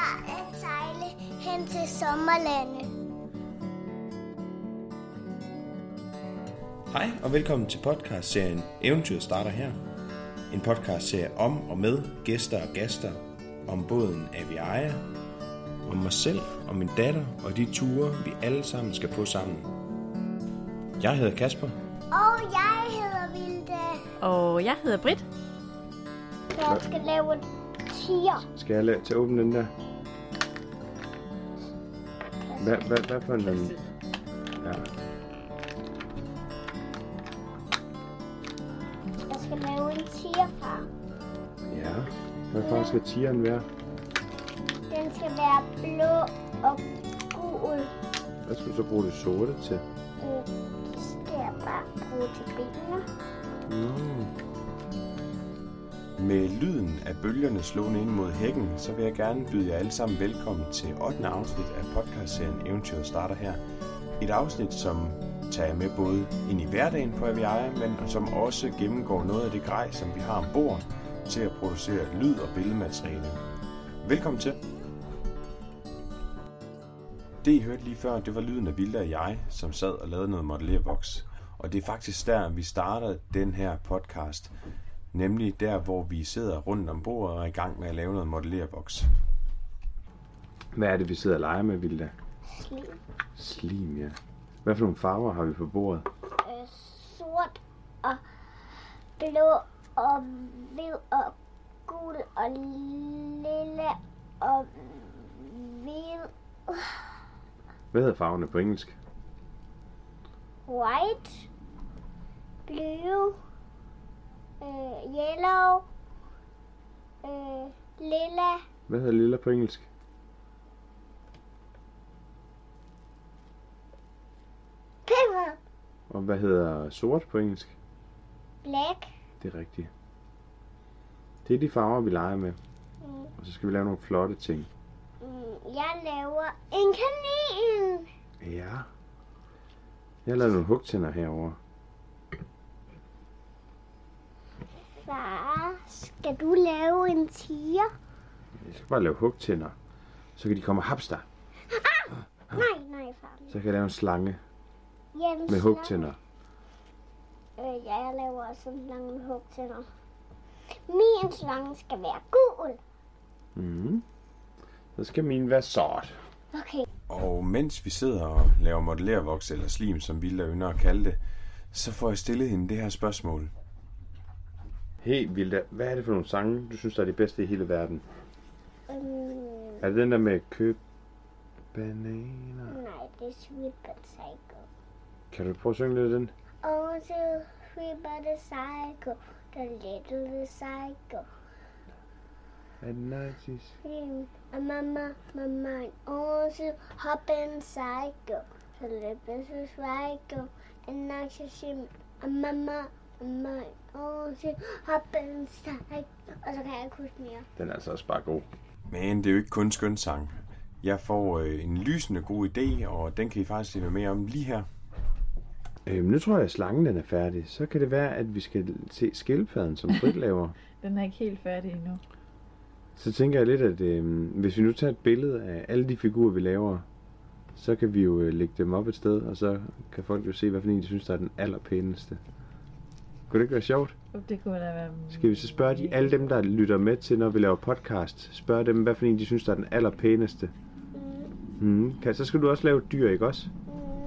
fra at sejle hen til sommerlandet. Hej og velkommen til podcastserien Eventyret starter her. En podcastserie om og med gæster og gaster om båden Aviaja, om mig selv og min datter og de ture, vi alle sammen skal på sammen. Jeg hedder Kasper. Og jeg hedder Vilde. Og jeg hedder Britt. Jeg skal lave en tiger. Skal jeg lade til at åbne den der? Hvad for en den? Ja. Jeg skal lave en tiger, far. Ja. Hvad farve skal tigeren være? Den skal være blå og gul. Hvad skal du så bruge det sorte til? Det skal jeg bare bruge til benene. Med lyden af bølgerne slående ind mod hækken, så vil jeg gerne byde jer alle sammen velkommen til 8. afsnit af podcastserien Eventyret starter her. Et afsnit, som tager med både ind i hverdagen på Aviaja, men som også gennemgår noget af det grej, som vi har ombord til at producere lyd- og billedmateriale. Velkommen til. Det I hørte lige før, det var lyden af Vilde og jeg, som sad og lavede noget modellervoks. Og det er faktisk der, vi starter den her podcast. Nemlig der, hvor vi sidder rundt om bordet og er i gang med at lave noget modellervoks. Hvad er det, vi sidder og leger med, Vilda? Slim. Slim, ja. Hvad for nogle farver har vi på bordet? Sort og blå og hvid og gul og lille og hvid. Hvad hedder farverne på engelsk? White, blue, yellow, lilla, Hvad hedder lilla på engelsk? pepper, Og hvad hedder sort på engelsk? black. Det er rigtigt. Det er de farver, vi leger med. Og så skal vi lave nogle flotte ting. Jeg laver en kanin. Ja. Jeg har lavet nogle hugtænder herovre. Far, skal du lave en tiger? Jeg skal bare lave hugtænder. Så kan de komme og hapse dig. Nej, far. Så kan jeg lave en slange Jens, med hugtænder. Jeg laver også en slange med hugtænder. Min slange skal være gul. Så skal min være sort. Okay. Og mens vi sidder og laver modellervoks eller slim, som Vilde ynder at kalde det, så får jeg stillet hende det her spørgsmål. Hey Vilda, hvad er det for nogle sange, du synes, der er de bedste i hele verden? Er det den der med køb bananer? Nej, det er Sweet But Psycho. Kan du prøve at synge lidt af den? Oh, so sweet but a psycho, the little psycho. At night is... Mama, oh, so hopping psycho, the little psycho, and now she's mama, oh, so hopping psycho. Og så kan jeg ikke huske mere. Den er altså også bare god. Men det er jo ikke kun skøn sang. Jeg får en lysende god idé, og den kan I faktisk se mere om lige her. Nu tror jeg, at slangen den er færdig. Så kan det være, at vi skal se skildpadden, som Britt laver. Den er ikke helt færdig endnu. Så tænker jeg lidt, at hvis vi nu tager et billede af alle de figurer, vi laver, så kan vi jo lægge dem op et sted, og så kan folk jo se, hvad for en de synes, der er den allerpæneste. Kunne det ikke være sjovt? Det kunne da være... Skal vi så spørge alle dem, der lytter med til, når vi laver podcast, spørge dem, hvad for en de synes, der er den allerpæneste? Så skal du også lave et dyr, ikke også?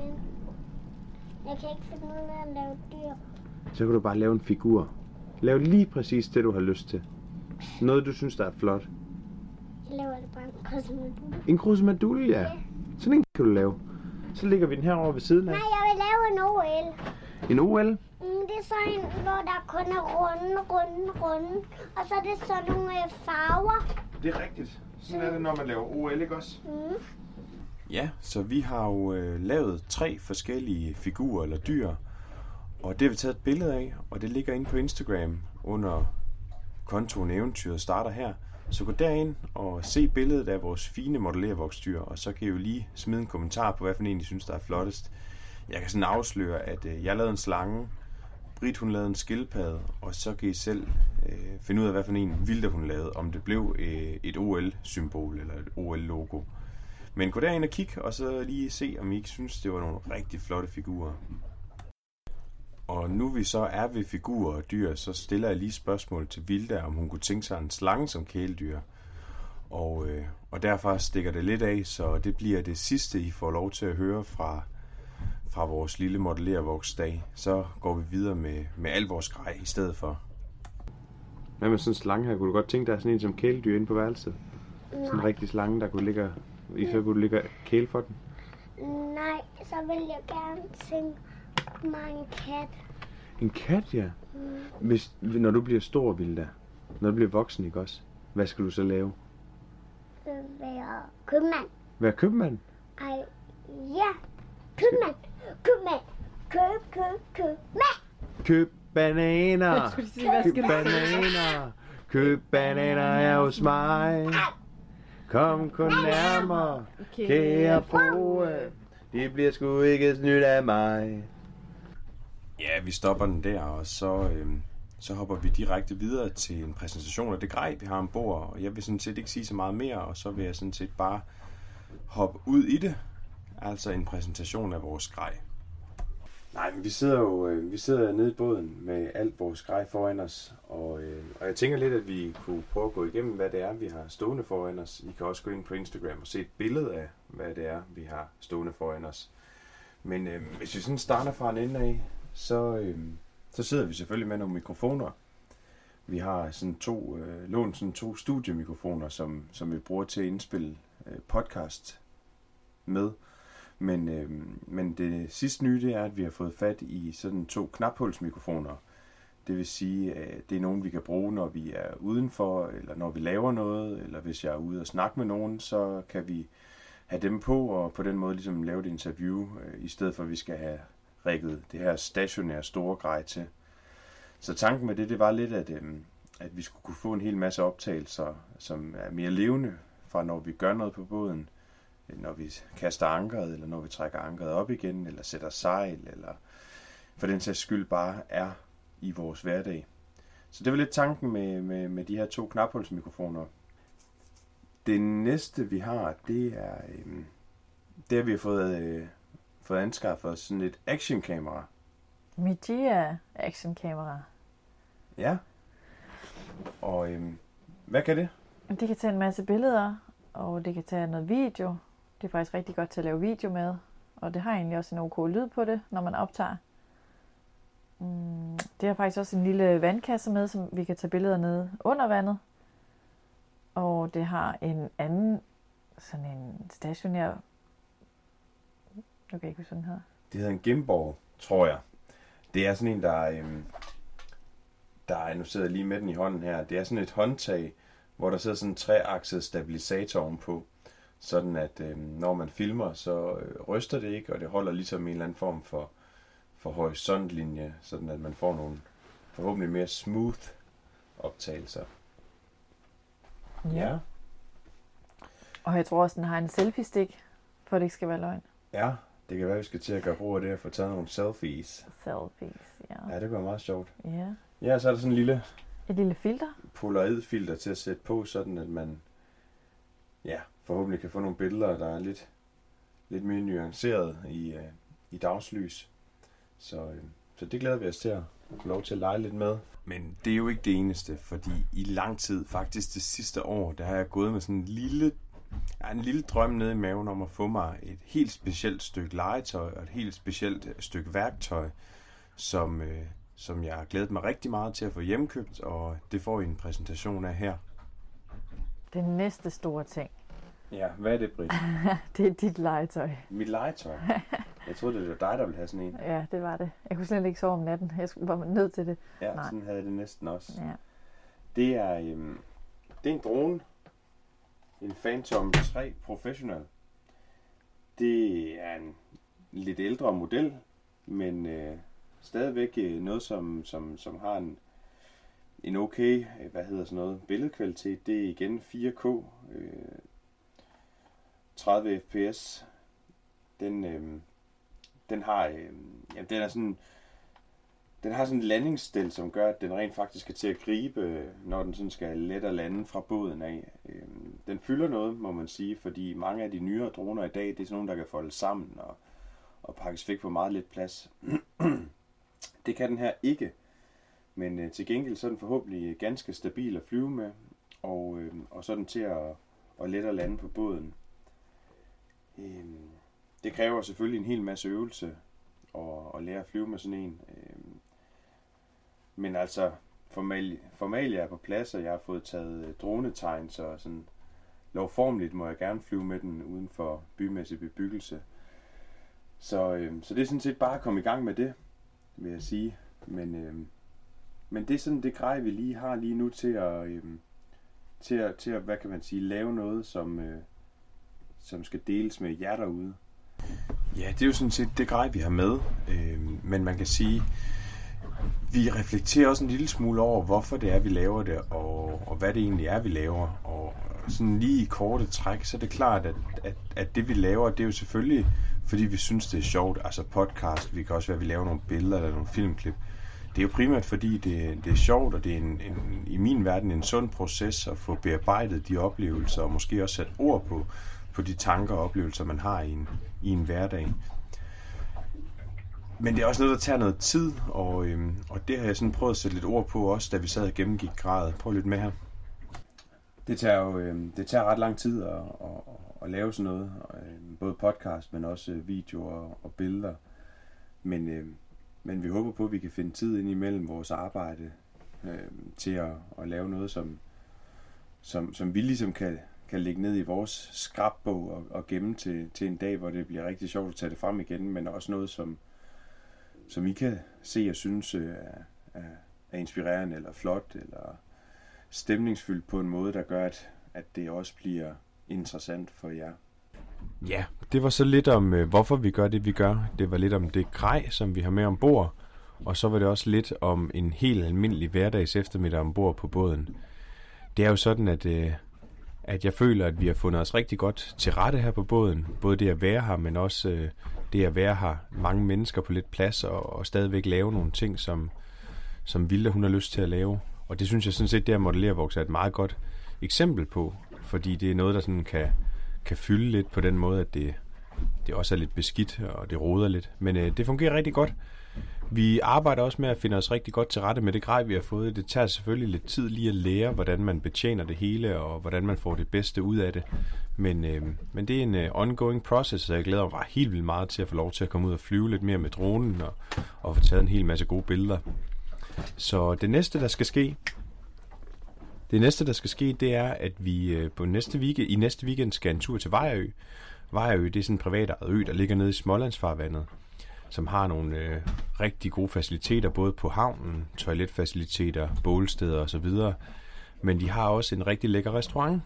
Jeg kan ikke finde ud af at lave dyr. Så kan du bare lave en figur. Lav lige præcis det, du har lyst til. Noget, du synes, der er flot. Så laver det bare en krusemadule. En krusemadule, ja. Sådan en kan du lave. Så lægger vi den herovre ved siden af. Nej, jeg vil lave en OL. En OL? Det er så en, hvor der kun er runde. Og så er det sådan nogle farver. Det er rigtigt. Sådan er det, når man laver OL, ikke også? Ja, så vi har jo lavet 3 forskellige figurer eller dyr, og det har vi taget et billede af, og det ligger inde på Instagram under kontoen Eventyret starter her. Så gå derind og se billedet af vores fine modellervoksdyr, og så kan I jo lige smide en kommentar på, hvad for en I synes, der er flottest. Jeg kan sådan afsløre, at jeg lavede en slange, Britt hun lavede en skildpadde, og så kan I selv finde ud af, hvad for en Vilde hun lavede. Om det blev et OL-symbol eller et OL-logo. Men gå derind og kig, og så lige se, om I ikke synes, det var nogle rigtig flotte figurer. Og nu vi så er ved figurer og dyr, så stiller jeg lige spørgsmål til Vilde, om hun kunne tænke sig en slange som kæledyr. Og derfor stikker det lidt af, så det bliver det sidste, I får lov til at høre fra vores lille modellervoksdag. Så går vi videre med al vores grej i stedet for. Hvad med sådan en slange her? Kunne du godt tænke dig sådan en som kæledyr inde på værelset? Sådan en rigtig slange, der kunne ligge, så kunne du ligge kæle for den? Nej, så vil jeg gerne tænke mig en kat. En kat, ja. Når du bliver stor, Vilda, når du bliver voksen, ikke også? Hvad skal du så lave? Være købmand. Være købmand? Ej, ja. Købmand. Købmand. Køb bananer. Jeg skulle sige, hvad Køb skal du bananer. Køb bananer her hos mig. Kom kun nærmere, kære frue. Det bliver sgu ikke snydt af mig. Ja, vi stopper den der, og så hopper vi direkte videre til en præsentation af det grej, vi har ombord. Og jeg vil sådan set ikke sige så meget mere, og så vil jeg sådan set bare hoppe ud i det. Altså en præsentation af vores grej. Nej, men vi sidder nede i båden med alt vores grej foran os. Og jeg tænker lidt, at vi kunne prøve at gå igennem, hvad det er, vi har stående foran os. I kan også gå ind på Instagram og se et billede af, hvad det er, vi har stående foran os. Men hvis vi sådan starter fra en ende af, så sidder vi selvfølgelig med nogle mikrofoner. Vi har sådan lånt sådan to studiemikrofoner, som vi bruger til at indspille podcast med. Men det sidste nye, det er, at vi har fået fat i sådan 2 knaphulsmikrofoner. Det vil sige, at det er nogen, vi kan bruge, når vi er udenfor, eller når vi laver noget, eller hvis jeg er ude og snakke med nogen, så kan vi have dem på, og på den måde ligesom lave et interview, i stedet for at vi skal have rigget det her stationære store grej til. Så tanken med det var lidt, at vi skulle kunne få en hel masse optagelser, som er mere levende, fra når vi gør noget på båden, når vi kaster ankeret, eller når vi trækker ankeret op igen, eller sætter sejl, eller for den sags skyld bare er i vores hverdag. Så det var lidt tanken med de her 2 knaphulsmikrofoner. Det næste vi har, det er at vi har fået anskaffet os sådan et actionkamera. Mijia actionkamera. Ja. Og hvad kan det? Det kan tage en masse billeder, og det kan tage noget video. Det er faktisk rigtig godt til at lave video med. Og det har egentlig også en OK lyd på det, når man optager. Det har faktisk også en lille vandkasse med, som vi kan tage billeder nede under vandet. Og det har en anden, sådan en stationær... Nu kan jeg ikke huske, hvad den hedder. Det hedder en gimbal, tror jeg. Det er sådan en, nu sidder jeg lige med den i hånden her. Det er sådan et håndtag, hvor der sidder sådan en 3-akset stabilisator ovenpå. Sådan at når man filmer, så ryster det ikke, og det holder ligesom en eller anden form for horisontlinje, sådan at man får nogle forhåbentlig mere smooth optagelser. Ja. Og jeg tror også, den har en selfie-stik, for det ikke skal være løgn. Ja, det kan være, vi skal til at gøre brug af det og få taget nogle selfies. Ja. Ja, det kunne være meget sjovt. Ja. Ja, så er der sådan en Et lille filter. polaroidfilter til at sætte på, sådan at man forhåbentlig kan få nogle billeder, der er lidt mere nuanceret i dagslys. Så det glæder vi os til at få lov til at lege lidt med. Men det er jo ikke det eneste, fordi i lang tid, faktisk det sidste år, der har jeg gået med sådan en lille drøm nede i maven om at få mig et helt specielt stykke legetøj og et helt specielt stykke værktøj, som jeg har glædet mig rigtig meget til at få hjemkøbt, og det får I en præsentation af her. Den næste store ting. Ja, hvad er det, Britt? Det er dit legetøj. Mit legetøj? Jeg troede, det var dig, der ville have sådan en. Ja, det var det. Jeg kunne slet ikke sove om natten. Jeg var nødt til det. Ja, nej. Sådan havde jeg det næsten også. Ja. Det er en drone. En Phantom 3 Professional. Det er en lidt ældre model, men stadigvæk noget, som har en okay, billedkvalitet. Det er igen 4K, 30 fps. Den har, den er sådan Den har sådan en landingsstel, som gør, at den rent faktisk skal til at gribe, når den sådan skal lette og lande fra båden af. Den fylder noget, må man sige, fordi mange af de nyere droner i dag, det er sådan nogle, der kan folde sammen og pakkes væk på meget lidt plads. Det kan den her ikke, men til gengæld så er den forhåbentlig ganske stabil at flyve med, og så er den til at lette og lande på båden. Det kræver selvfølgelig en hel masse øvelse at lære at flyve med sådan en. Men altså, formalia er på plads, og jeg har fået taget dronetegn, så sådan lovformeligt må jeg gerne flyve med den uden for bymæssig bebyggelse. Så det er sådan set bare at komme i gang med det, vil jeg sige. Men det er sådan det grej, vi lige har lige nu til at hvad kan man sige, lave noget, som skal deles med jer derude. Ja, det er jo sådan set det grej, vi har med. Men man kan sige, vi reflekterer også en lille smule over, hvorfor det er, vi laver det, og hvad det egentlig er, vi laver. Og sådan lige i korte træk, så er det klart, at det, vi laver, det er jo selvfølgelig, fordi vi synes, det er sjovt. Altså podcast, vi kan også være, at vi laver nogle billeder eller nogle filmklip. Det er jo primært, fordi det er sjovt, og det er i min verden en sund proces at få bearbejdet de oplevelser, og måske også sat ord på de tanker og oplevelser, man har i en hverdag. Men det er også noget, der tager noget tid, og det har jeg sådan prøvet at sætte lidt ord på også, da vi sad og gennemgik gradet. Prøv lidt med her. Det tager ret lang tid at lave sådan noget, både podcast, men også videoer og billeder. Men vi håber på, at vi kan finde tid ind imellem vores arbejde til at lave noget, som vi ligesom kan lægge ned i vores skrabbog og gemme til en dag, hvor det bliver rigtig sjovt at tage det frem igen, men også noget, som I kan se og synes er inspirerende eller flot eller stemningsfyldt på en måde, der gør, at det også bliver interessant for jer. Ja, det var så lidt om, hvorfor vi gør det, vi gør. Det var lidt om det grej, som vi har med ombord, og så var det også lidt om en helt almindelig hverdags eftermiddag ombord på båden. Det er jo sådan, at jeg føler, at vi har fundet os rigtig godt til rette her på båden. Både det at være her, men også det at være her mange mennesker på lidt plads, og stadigvæk lave nogle ting, som Vilde hun har lyst til at lave. Og det synes jeg sådan set, det at modellervoks er et meget godt eksempel på, fordi det er noget, der sådan kan fylde lidt på den måde, at det også er lidt beskidt, og det roder lidt. Men det fungerer rigtig godt. Vi arbejder også med at finde os rigtig godt til rette med det grej, vi har fået. Det tager selvfølgelig lidt tid lige at lære, hvordan man betjener det hele, og hvordan man får det bedste ud af det. Men det er en ongoing process, så jeg glæder mig bare helt vildt meget til at få lov til at komme ud og flyve lidt mere med dronen, og få taget en hel masse gode billeder. Så det næste, der skal ske, det er, at vi i næste weekend skal en tur til Vejrø. Vejrø, det er sådan en privatejet ø, der ligger nede i Smålandsfarvandet, som har nogle rigtig gode faciliteter, både på havnen, toiletfaciliteter, bålsteder osv. Men de har også en rigtig lækker restaurant.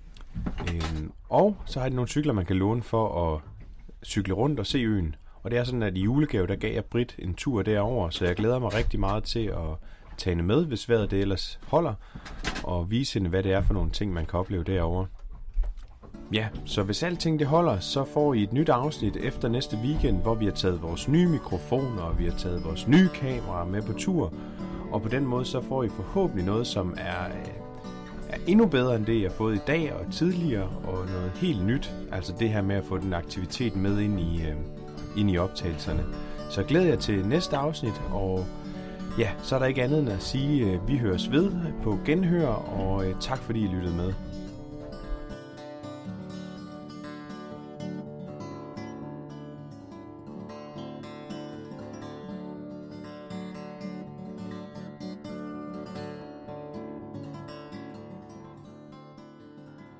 Og så har de nogle cykler, man kan låne for at cykle rundt og se øen. Og det er sådan, at i julegave, der gav jeg Britt en tur derover, så jeg glæder mig rigtig meget til at tage hende med, hvis vejret det ellers holder, og vise hende, hvad det er for nogle ting, man kan opleve derovre. Ja, så hvis alting det holder, så får I et nyt afsnit efter næste weekend, hvor vi har taget vores nye mikrofoner, og vi har taget vores nye kameraer med på tur, og på den måde så får I forhåbentlig noget, som er endnu bedre end det, jeg har fået i dag og tidligere, og noget helt nyt, altså det her med at få den aktivitet med ind i optagelserne. Så glæder jeg til næste afsnit, og ja, så er der ikke andet end at sige, vi høres ved på genhør, og tak fordi I lyttede med.